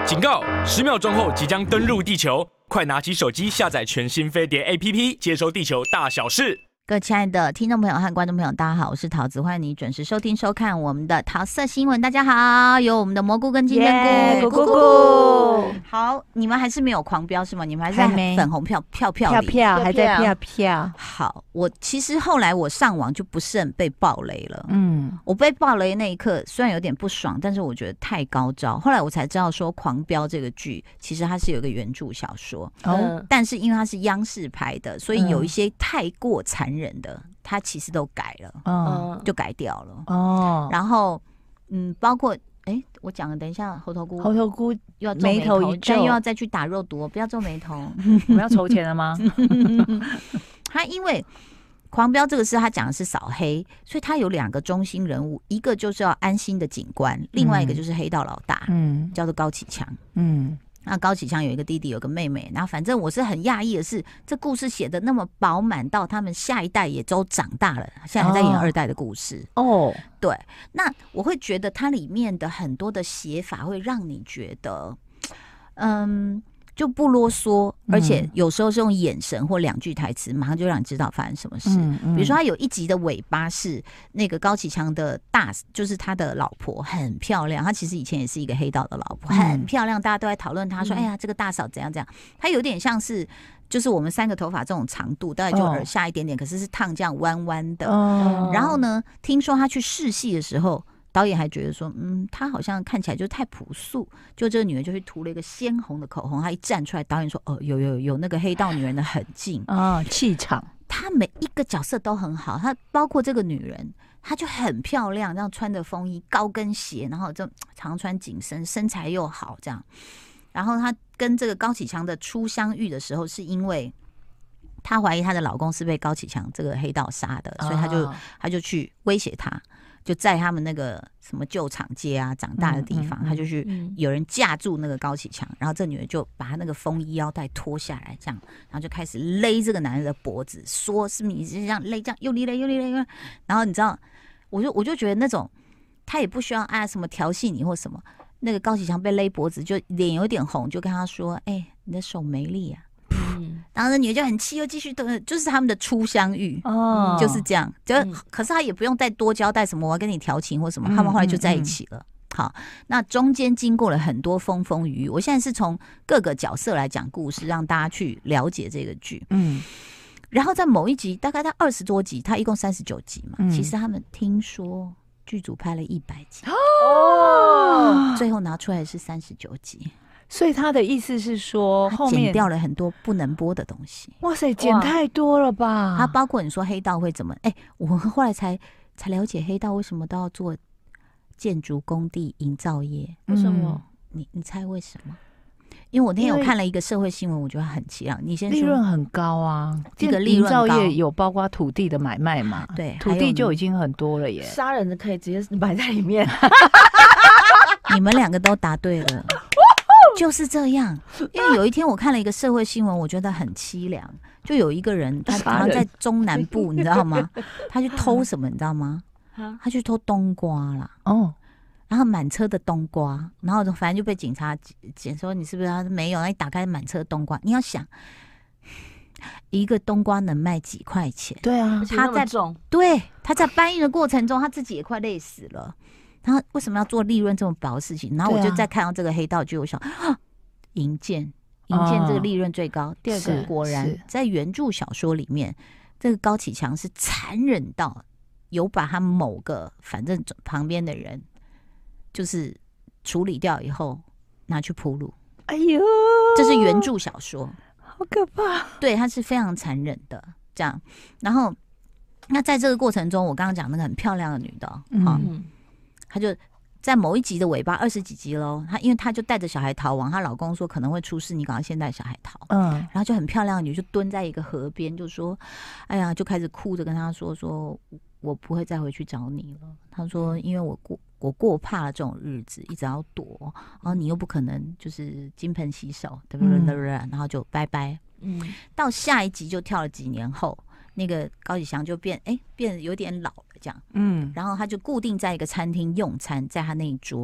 警告！10秒钟后即将登陆地球，快拿起手机下载全新飞碟 APP， 接收地球大小事。 各位亲爱的听众朋友和观众朋友，大家好，我是桃子，欢迎你准时收听收看我们的桃色新闻。大家好，有我们的蘑菇跟金针菇， 咕咕咕。 好，你们还是没有狂飙是吗？你们还是在粉红票里还在票。 好，我其实后来我上网就不是很被爆雷了。我被爆雷那一刻虽然有点不爽，但是我觉得太高招。后来我才知道说，《狂飙》这个剧其实它是有一个原著小说，但是因为它是央视拍的，所以有一些太过残忍的，它其实都改了，就改掉了。然后包括我讲了，等一下猴头菇又要皱眉头一皱，但又要再去打肉毒，不要皱眉头。 我们要筹钱了吗？ 他因为狂飙这个事，他讲的是扫黑，所以他有2个中心人物，一个就是要安心的警官，另外一个就是黑道老大，叫做高启强。那高启强有一个弟弟，有个妹妹，然后反正我是很讶异的是，这故事写的那么饱满，到他们下一代也都长大了，现在还在演2代的故事。对，那我会觉得它里面的很多的写法会让你觉得，就不啰嗦，而且有时候是用眼神或2句台词，马上就让你知道发生什么事。比如说，他有一集的尾巴是那个高启强的就是他的老婆很漂亮，他其实以前也是一个黑道的老婆，很漂亮，大家都在讨论他说，哎呀，这个大嫂怎样怎样。他有点像是就是我们3个头发这种长度，大概就耳下一点点，可是是烫这样弯弯的。然后呢，听说他去试戏的时候，导演还觉得说，她好像看起来就太朴素，就这个女人就去涂了一个鲜红的口红。她一站出来，导演说，有那个黑道女人的狠劲气场。 她每一个角色都很好，她包括这个女人，她就很漂亮，这样穿着风衣、高跟鞋，然后就常穿紧身，身材又好这样。然后她跟这个高启强的初相遇的时候，是因为她怀疑她的老公是被高启强这个黑道杀的，所以她就去威胁他。就在他们那个什么旧厂街啊长大的地方，他就去有人架住那个高启强，然后这女人就把他那个风衣腰带脱下来，这样，然后就开始勒这个男人的脖子，说是你这样勒，这样用力勒，然后你知道，我就觉得那种他也不需要什么调戏你或什么，那个高启强被勒脖子就脸有点红，就跟他说，你的手没力啊。然后那女的就很气，又继续等，就是他们的初相遇，就是这样。可是他也不用再多交代什么，我要跟你调情或什么，他们后来就在一起了。好，那中间经过了很多风风雨雨，我现在是从各个角色来讲故事，让大家去了解这个剧。然后在某一集，大概他20多集，他一共39集嘛，其实他们听说剧组拍了100集，最后拿出来是39集。 所以他的意思是说，后面剪掉了很多不能播的东西。 哇塞，剪太多了吧？ 他包括你说黑道会怎么？我后来才了解黑道为什么都要做建筑工地营造业。 为什么？ 你猜为什么？因为我那天有看了一个社会新闻，我觉得很奇妙。你先说， 利润很高啊， 这个利润高， 营造业有包括土地的买卖嘛？ 对， 土地就已经很多了耶。 杀人的可以直接埋在里面。 你们2个都答对了。就是这样，因为有一天我看了一个社会新闻，我觉得很凄凉。就有一个人，他好像在中南部，你知道吗？他去偷什么，你知道吗？他去偷冬瓜啦。然后满车的冬瓜，然后反正就被警察检说你是不是？他说没有，那你打开满车冬瓜，你要想，一个冬瓜能卖几块钱？ 对啊， 他在搬运的过程中，他自己也快累死了。然后为什么要做利润这么薄的事情？然后我就再看到这个黑道剧，我想银建这个利润最高。第二个，果然在原著小说里面，这个高启强是残忍到有把他某个反正旁边的人就是处理掉以后拿去铺路。 哎呦， 这是原著小说， 好可怕。 对，他是非常残忍的这样。然后那在这个过程中，我刚刚讲那个很漂亮的女的，她就在某一集的尾巴20几集喽，因为她就带着小孩逃亡，她老公说可能会出事，你赶快先带小孩逃。然后就很漂亮的女就蹲在一个河边，就说，哎呀，就开始哭着跟他说我不会再回去找你了。他说因为我过怕了这种日子，一直要躲，然后你又不可能就是金盆洗手，对不对？然后就拜拜。到下一集就跳了几年后，那个高启强就变得有点老了这样。然后他就固定在一个餐厅用餐，在他那一桌。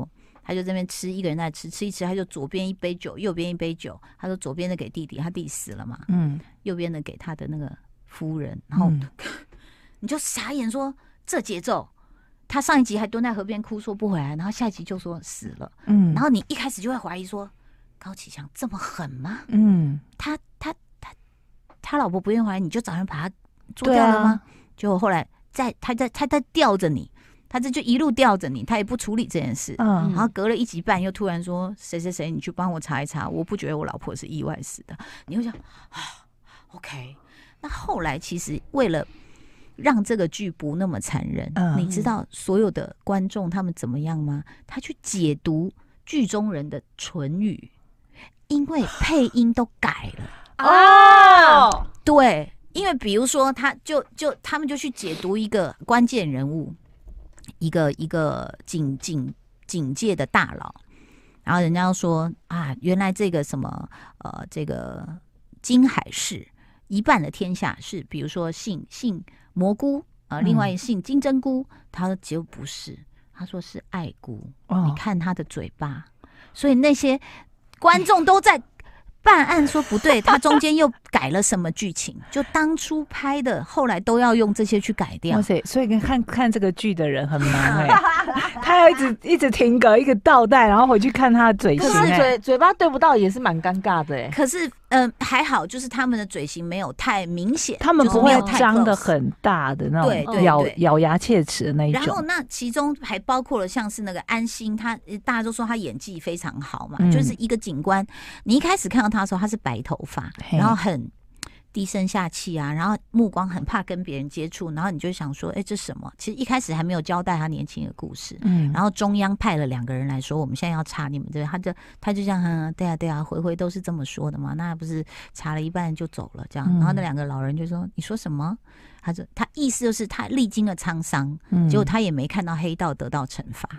他就这边吃，一个人在吃，吃一吃，他就左边一杯酒，右边一杯酒，他说左边的给弟弟，他弟死了嘛，右边的给他的那个夫人，然后你就傻眼说这节奏。他上一集还蹲在河边哭说不回来，然后下一集就说死了，然后你一开始就会怀疑说高启强这么狠吗？他老婆不愿意回来，你就找人把他做掉了吗？结果后来他在吊着你，他这就一路吊着你，他也不处理这件事，然后隔了1集半又突然说谁谁谁，你去帮我查一查，我不觉得我老婆是意外死的，你会想OK。那后来其实为了让这个剧不那么残忍，你知道所有的观众他们怎么样吗？他去解读剧中人的唇语，因为配音都改了对，因为比如说他们就去解读一个关键人物，一个警界的大佬，然后人家要说啊，原来这个什么这个金海市一半的天下是，比如说姓蘑菇另外一姓金针菇，他说结果不是，他说是爱菇，你看他的嘴巴，所以那些观众都在办案说不对，他中间又改了什么剧情，就当初拍的后来都要用这些去改掉。 哇塞，所以看这个剧的人很忙他要一直停格，一个倒带，然后回去看他的嘴型。 可是嘴巴对不到也是蛮尴尬的可是还好，就是他们的嘴型没有太明显， 他们不会张得很大的那种咬牙切齿的那一种。 然后那其中还包括了像是那个安心，大家都说他演技非常好嘛，就是一个警官，你一开始看到他的时候他是白头发，然后很低声下气啊，然后目光很怕跟别人接触，然后你就想说这什么？其实一开始还没有交代他年轻的故事，然后中央派了2个人来说我们现在要查你们这，他就这样对啊回都是这么说的嘛，那不是查了一半就走了这样，然后那2个老人就说你说什么？他意思就是他历经了沧桑，结果他也没看到黑道得到惩罚，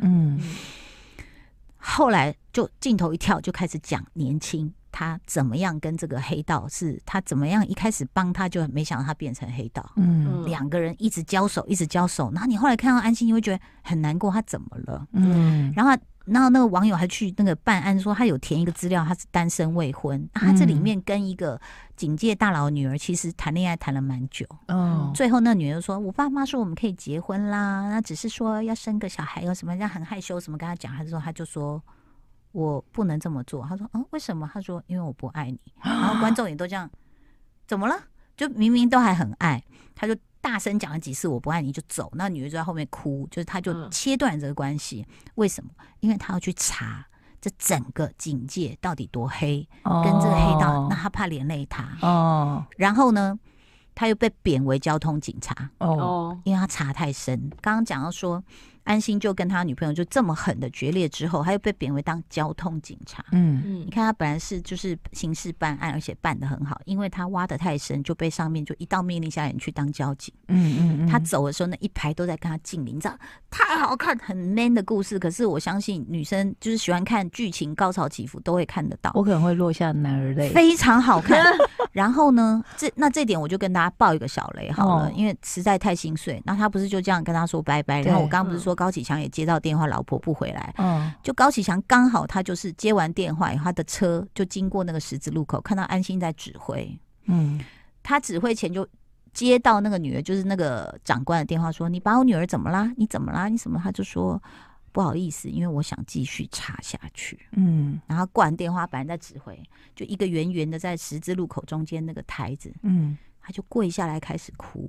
后来就镜头一跳就开始讲年轻他怎么样跟这个黑道是他怎么样一开始帮他，就没想到他变成黑道，2个人一直交手，然后你后来看到安心，你会觉得很难过，他怎么了？然后那个网友还去那个办案，说他有填一个资料，他是单身未婚，他这里面跟一个警界大佬的女儿其实谈恋爱谈了蛮久，最后那女儿说我爸妈说我们可以结婚啦，那只是说要生个小孩有什么样很害羞什么跟他讲，他就说我不能这么做。他说为什么？他说因为我不爱你。然后观众也都这样，怎么了？就明明都还很爱，他就大声讲了几次我不爱你就走，那女儿就在后面哭，就是他就切断这个关系。为什么？因为他要去查这整个警界到底多黑，跟这个黑道，那他怕连累他。然后呢，他又被贬为交通警察因为他查太深。刚刚讲到说安心就跟他女朋友就这么狠的决裂之后，他又被贬为当交通警察。你看他本来是就是刑事办案，而且办得很好，因为他挖得太深，就被上面就一道命令下来，你去当交警。他走的时候那一排都在跟他敬礼，你知道太好看，很 man 的故事。可是我相信女生就是喜欢看剧情高潮起伏都会看得到， 我可能会落下男儿泪， 非常好看。然后呢，这点我就跟大家爆一个小雷好了，因为实在太心碎。那他不是就这样跟他说拜拜，然后我刚刚不是说高启强也接到电话，老婆不回来，就高启强刚好他就是接完电话以后，他的车就经过那个十字路口，看到安心在指挥，他指挥前就接到那个女儿，就是那个长官的电话说，你把我女儿怎么啦？你怎么啦？你什么？他就说不好意思，因为我想继续查下去。然后挂完电话，本来在指挥，就一个圆圆的在十字路口中间那个台子，他就跪下来开始哭，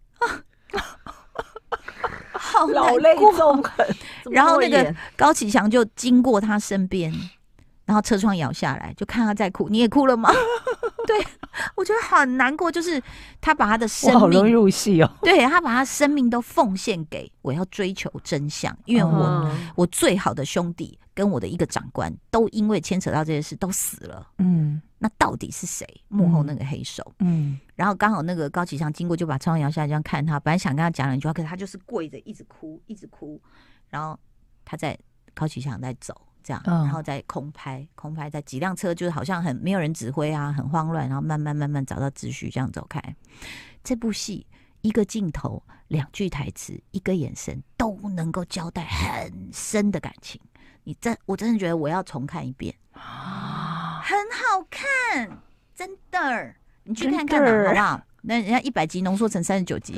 好老泪纵横。 然后那个高启强就经过他身边，然后车窗摇下来，就看他在哭。你也哭了吗？对，我觉得很难过，就是他把他的生命， 我好容易入戏哦。 对，他把他生命都奉献给我要追求真相，因为我最好的兄弟跟我的一个长官都因为牵扯到这些事都死了。那到底是谁幕后那个黑手？然后刚好那个高启强经过，就把窗摇下来这样看他，本来想跟他讲两句话，可是他就是跪着一直哭一直哭，然后高启强在走这样，然后再空拍在几辆车，就是好像很没有人指挥啊，很慌乱，然后慢慢找到秩序这样走开。这部戏一个镜头2句台词一个眼神都能够交代很深的感情， 我真的觉得我要重看一遍，很好看，真的，你去看看好不好？那人家100集浓缩成39集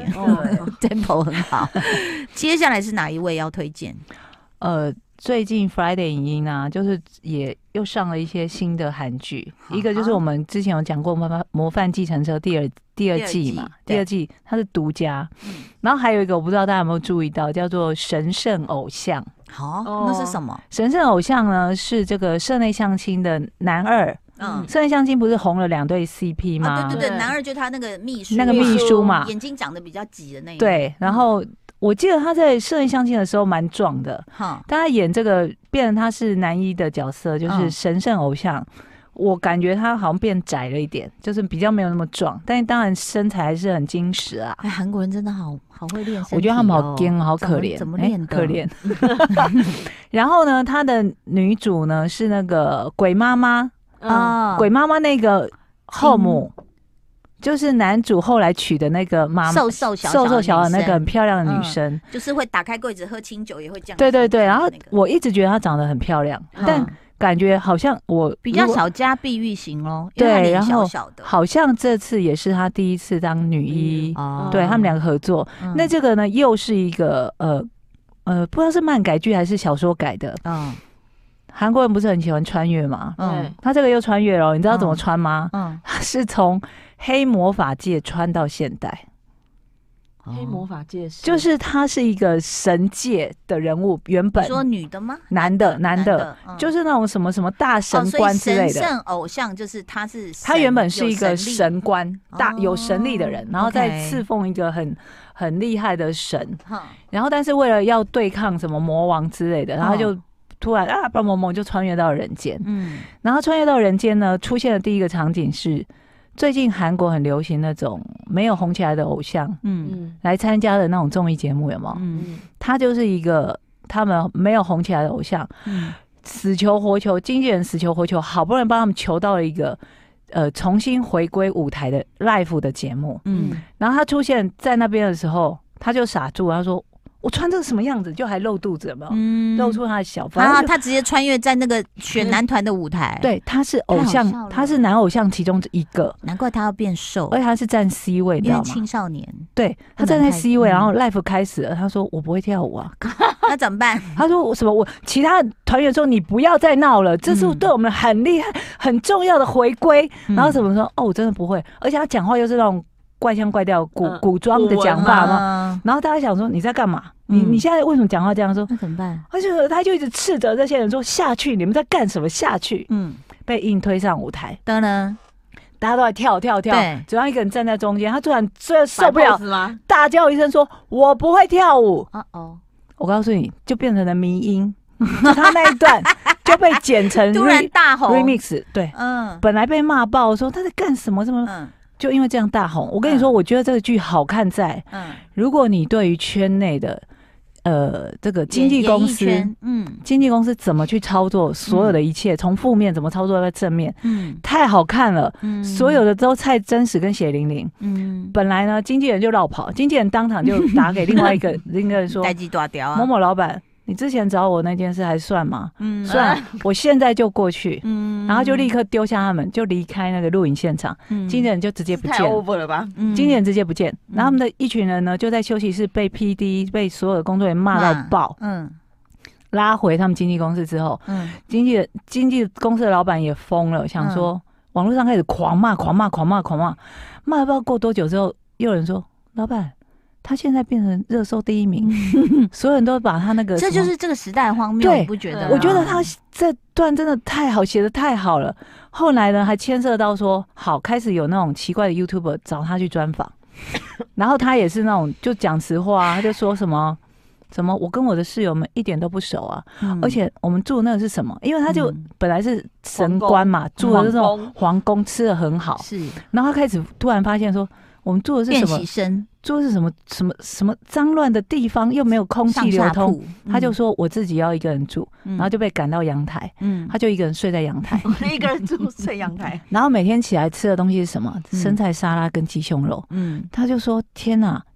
，tempo 很好。接下来是哪一位要推荐？ 最近 Friday 影音啊，就是也又上了一些新的韩剧，一个就是我们之前有讲过《模范计程车》第二季嘛，第二季它是独家，然后还有一个我不知道大家有没有注意到，叫做《神圣偶像》。 好，那是什么？ 神圣偶像呢是这个社内相亲的男二。社内相亲不是红了2对 CP 吗？ 对，男二就他那个秘书嘛， 眼睛长得比较挤的那一个。 对，然后我记得他在社内相亲的时候蛮壮的，但他演这个变成他是男一的角色，就是神圣偶像。我感觉他好像变窄了一点，就是比较没有那么壮，但是当然身材还是很精实啊。 韩国人真的好会练身体， 我觉得他们好硬，好可怜， 怎么练的？ 可怜。然后呢，他的女主呢是那个鬼妈妈。鬼妈妈那个后母，就是男主后来娶的那个妈妈， 瘦小的那个很漂亮的女生， 就是会打开柜子喝清酒，也会这样。 对，然后我一直觉得她长得很漂亮，但感觉好像我比较小家碧玉型咯， 对，然后好像这次也是她第一次当女一，对他们2个合作。那这个呢，又是一个不知道是漫改剧还是小说改的，韩国人不是很喜欢穿越吗？他这个又穿越了，你知道怎么穿吗？他是从黑魔法界穿到现代。 黑魔法界就是他是一个神界的人物，原本你说女的吗？ 男的，就是那种什么什么大神官之类的。 神圣偶像就是他原本是一个神官，有神力的人，然后再侍奉一个很厉害的神，然后但是为了要对抗什么魔王之类的，然后就突然蹦蹦蹦就穿越到人间。然后穿越到人间呢，出现的第一个场景是最近韩国很流行那种没有红起来的偶像，来参加的那种综艺节目，有没有？他就是一个他们没有红起来的偶像，死求活求，经纪人死求活求，好不容易帮他们求到了一个重新回归舞台的 live 的节目。然后他出现在那边的时候，他就傻住，他说我穿这个什么样子，就还露肚子，有没有？露出他的小腹。 他直接穿越在那个选男团的舞台。 对，他是偶像，他是男偶像其中一个。 难怪他要变瘦， 而且他是站 C 位，你知道吗？ 因为青少年。 对，他站在 C 位，然后 live 开始了。他说我不会跳舞啊， 那怎么办？ 他说我什么？我其他团员说你不要再闹了，这是对我们很厉害、很重要的回归。然后怎么说？我真的不会，而且他讲话又是那种怪腔怪调、古装的讲法嘛。然后大家想说你在干嘛？你现在为什么讲话这样说？ 那怎么办？ 他就一直斥责这些人说下去，你们在干什么？下去！被硬推上舞台， 当然大家都在跳，只要一个人站在中间，他突然受不了，大叫一声说：“我不会跳舞！”我告诉你，就变成了迷音，就他那一段就被剪成突然大红 remix， 对，本来被骂爆说他在干什么，就因为这样大红。我跟你说，我觉得这个剧好看在，如果你对于圈内的这个经纪公司，经纪公司怎么去操作所有的一切，从负面怎么操作到正面，太好看了，所有的都太真实跟血淋淋。本来呢，经纪人就绕跑，经纪人当场就打给另外一个人说，某某老板，你之前找我那件事还算吗？算，我现在就过去。然后就立刻丢下他们，就离开那个录影现场。经纪人就直接不见了， 太 over 了吧？ 经纪人直接不见，然后他们的一群人呢，就在休息室被 PD 被所有的工作人员骂到爆。拉回他们经纪公司之后，经纪公司的老板也疯了，想说网络上开始狂骂，骂了不知道过多久之后，又有人说老板。他现在变成热搜第1名，所有人都把他那个， 这就是这个时代荒谬，你不觉得？ 我觉得他这段真的太好，写的太好了。后来呢，还牵涉到说，开始有那种奇怪的 YouTuber 找他去专访，然后他也是那种就讲实话啊，他就说什么我跟我的室友们一点都不熟啊，而且我们住的那个是什么？因为他就本来是神官嘛，住的这种皇宫，吃的很好， 是， 然后他开始突然发现说，我们住的是什么？ 练习生。 住的是什么脏乱的地方，又没有空气流通，他就说我自己要一个人住，然后就被赶到阳台，他就一个人睡在阳台， 一个人住睡阳台， 然后每天起来吃的东西是什么？生菜沙拉跟鸡胸肉，他就说天哪，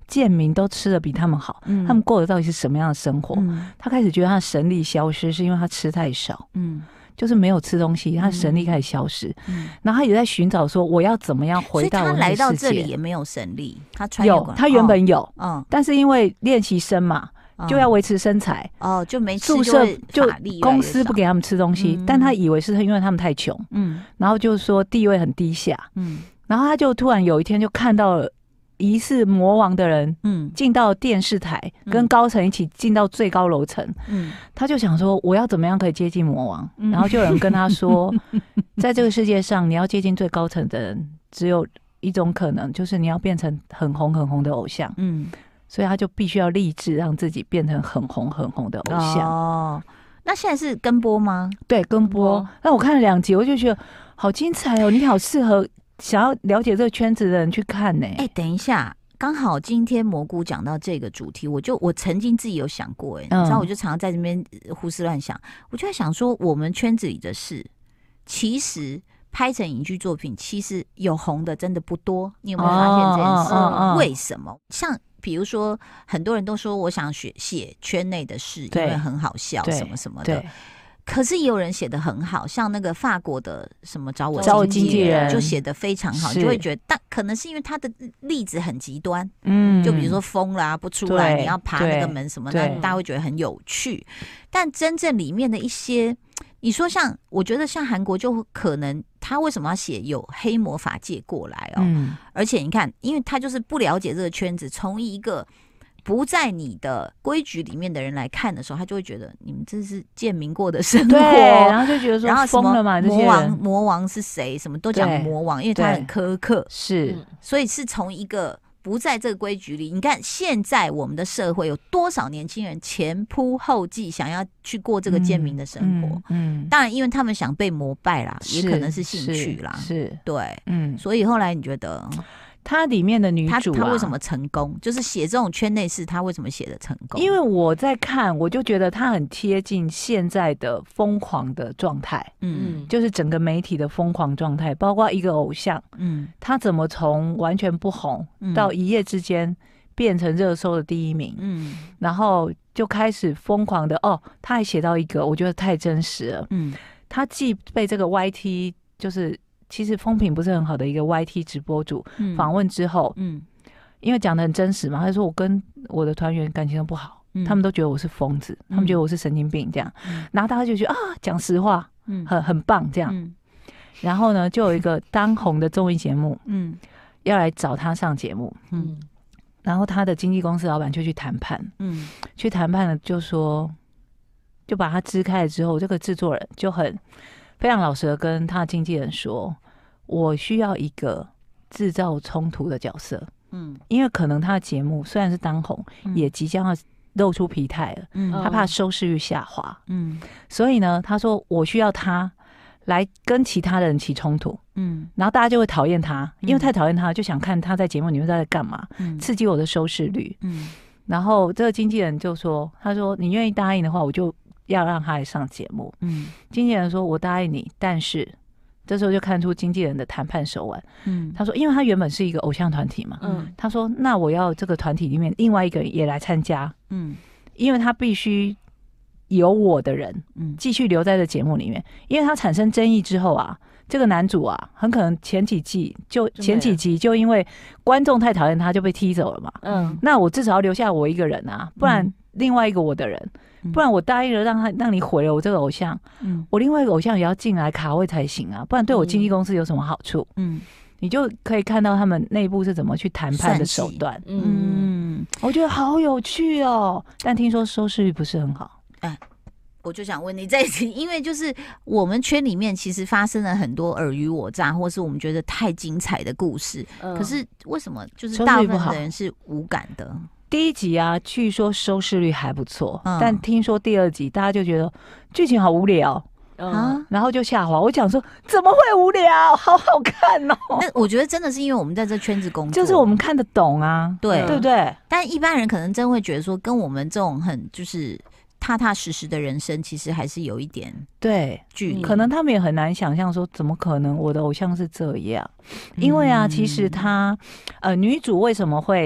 贱民都吃的比他们好，他们过的到底是什么样的生活？他开始觉得他的神力消失，是因为他吃太少，就是没有吃东西，他神力开始消失，然后他也在寻找说我要怎么样回到我的世界。 所以他来到这里也没有神力，他穿有，他原本有，但是因为练习生嘛。就要维持身材就没吃宿舍就公司不给他们吃东西，但他以为是因为他们太穷，然后就是说地位很低下，然后他就突然有一天就看到了疑似魔王的人，进到电视台，跟高层一起进到最高楼层，他就想说我要怎么样可以接近魔王，然后就有人跟他说，在这个世界上你要接近最高层的人，只有一种可能，就是你要变成很红很红的偶像，所以他就必须要立志让自己变成很红很红的偶像。 那现在是跟播吗？ 对，跟播。那我看了2集，我就觉得好精彩哦！你好适合想要了解这个圈子的人去看呢。 等一下，刚好今天蘑菇讲到这个主题，我曾经自己有想过，你知道，我就常常在这边胡思乱想，我就在想说，我们圈子里的事，其实拍成影剧作品，其实有红的真的不多。你有没有发现这件事？为什么？像比如说，很多人都说我想写圈内的事，因为很好笑，什么什么的。可是也有人写得很好，像那个法国的什么找我经纪人就写得非常好，你就会觉得，但可能是因为他的例子很极端，就比如说疯啦不出来，你要爬那个门什么，那大家会觉得很有趣。但真正里面的一些，你说像，我觉得像韩国就可能他为什么要写有黑魔法界过来而且你看，因为他就是不了解这个圈子，从一个不在你的规矩里面的人来看的时候，他就会觉得你们这是贱民过的生活， 对，然后就觉得说疯了嘛，这些人魔王是谁，什么都讲魔王，因为他很苛刻， 是， 所以是从一个不在这个规矩里。你看现在我们的社会有多少年轻人前仆后继想要去过这个贱民的生活？当然因为他们想被膜拜啦，也可能是兴趣啦， 是对，所以后来你觉得？ 它里面的女主她为什么成功？就是写这种圈内事，她为什么写的成功？ 因为我在看，我就觉得她很贴近现在的疯狂的状态，就是整个媒体的疯狂状态，包括一个偶像，他怎么从完全不红到一夜之间变成热搜的第1名，然后就开始疯狂的他还写到一个，我觉得太真实了，他既被这个 YT 就是。其实风评不是很好的一个 YT 直播主访问之后，因为讲得很真实嘛，他说我跟我的团员感情都不好，他们都觉得我是疯子，他们觉得我是神经病这样，然后大家就觉得讲实话，很棒这样，然后呢，就有一个当红的综艺节目，要来找他上节目，然后他的经纪公司老板就去谈判，去谈判了就说，就把他支开了之后，这个制作人就很。非常老实的跟他的经纪人说，我需要一个制造冲突的角色，因为可能他的节目虽然是当红，也即将要露出疲态了，他怕收视率下滑，所以呢，他说我需要他来跟其他人起冲突，然后大家就会讨厌他，因为太讨厌他，就想看他在节目里面在干嘛，刺激我的收视率，然后这个经纪人就说，他说你愿意答应的话，我就。要让他来上节目，经纪人说我答应你，但是这时候就看出经纪人的谈判手腕，他说因为他原本是一个偶像团体嘛，他说那我要这个团体里面另外一个人也来参加，因为他必须有我的人继续留在这节目里面，因为他产生争议之后啊，这个男主啊很可能前几集就因为观众太讨厌他就被踢走了嘛，那我至少要留下我一个人啊，不然另外一个我的人。不然我答应了让你毁了我这个偶像，我另外一个偶像也要进来卡位才行啊，不然对我经纪公司有什么好处？你就可以看到他们内部是怎么去谈判的手段。我觉得好有趣哦，但听说收视率不是很好。 我就想问你这一题，因为就是我们圈里面其实发生了很多尔虞我诈，或是我们觉得太精彩的故事，可是为什么就是大部分的人是无感的？ 第1集啊，据说收视率还不错，但听说第2集大家就觉得剧情好无聊然后就下滑。我讲说怎么会无聊？好好看哦！ 那我觉得真的是因为我们在这圈子工作， 就是我们看得懂啊，对不对？ 但一般人可能真会觉得说，跟我们这种很就是踏踏实实的人生，其实还是有一点距离。 可能他们也很难想象说，怎么可能我的偶像是这样？因为啊，其实他女主为什么会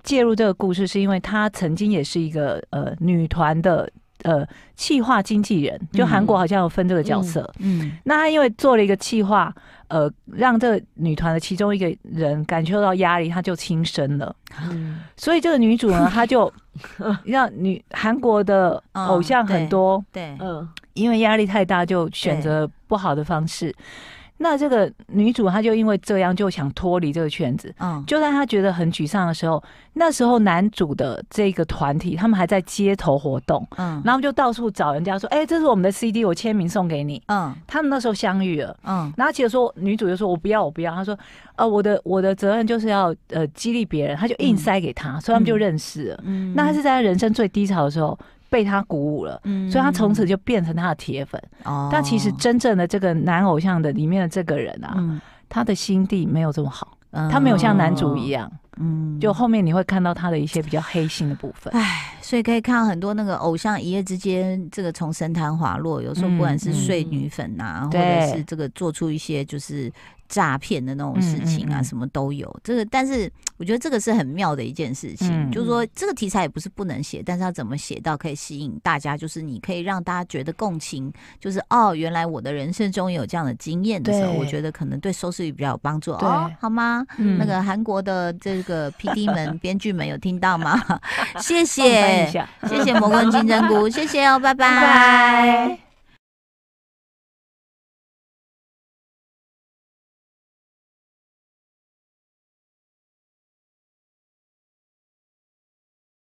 介入这个故事，是因为她曾经也是一个女团的企划经纪人，就韩国好像有分这个角色。那她因为做了一个企划，让这个女团的其中一个人感受到压力，她就轻生了。所以这个女主呢，她就让韩国的偶像很多， 对， 因为压力太大，就选择不好的方式。那这个女主她就因为这样就想脱离这个圈子，就在她觉得很沮丧的时候，那时候男主的这个团体他们还在街头活动，然后就到处找人家说，这是我们的 CD， 我签名送给你。他们那时候相遇了，然后其实说女主就说我不要，她说我的责任就是要激励别人，他就硬塞给他，所以他们就认识了。那他是在人生最低潮的时候被他鼓舞了，所以他从此就变成他的铁粉。但其实真正的这个男偶像的里面的这个人啊，他的心地没有这么好，他没有像男主一样。就后面你会看到他的一些比较黑心的部分。 所以可以看到很多那个偶像一夜之间这个从神坛滑落，有时候不管是睡女粉啊，或者是这个做出一些就是诈骗的那种事情啊，什么都有。这个，但是我觉得这个是很妙的一件事情，就是说这个题材也不是不能写，但是要怎么写到可以吸引大家，就是你可以让大家觉得共情，就是原来我的人生中有这样的经验的时候，我觉得可能对收视率比较有帮助。好吗？那个韩国的这个 PD 们、编剧们有听到吗？谢谢，谢谢蘑菇金针菇，谢谢拜拜。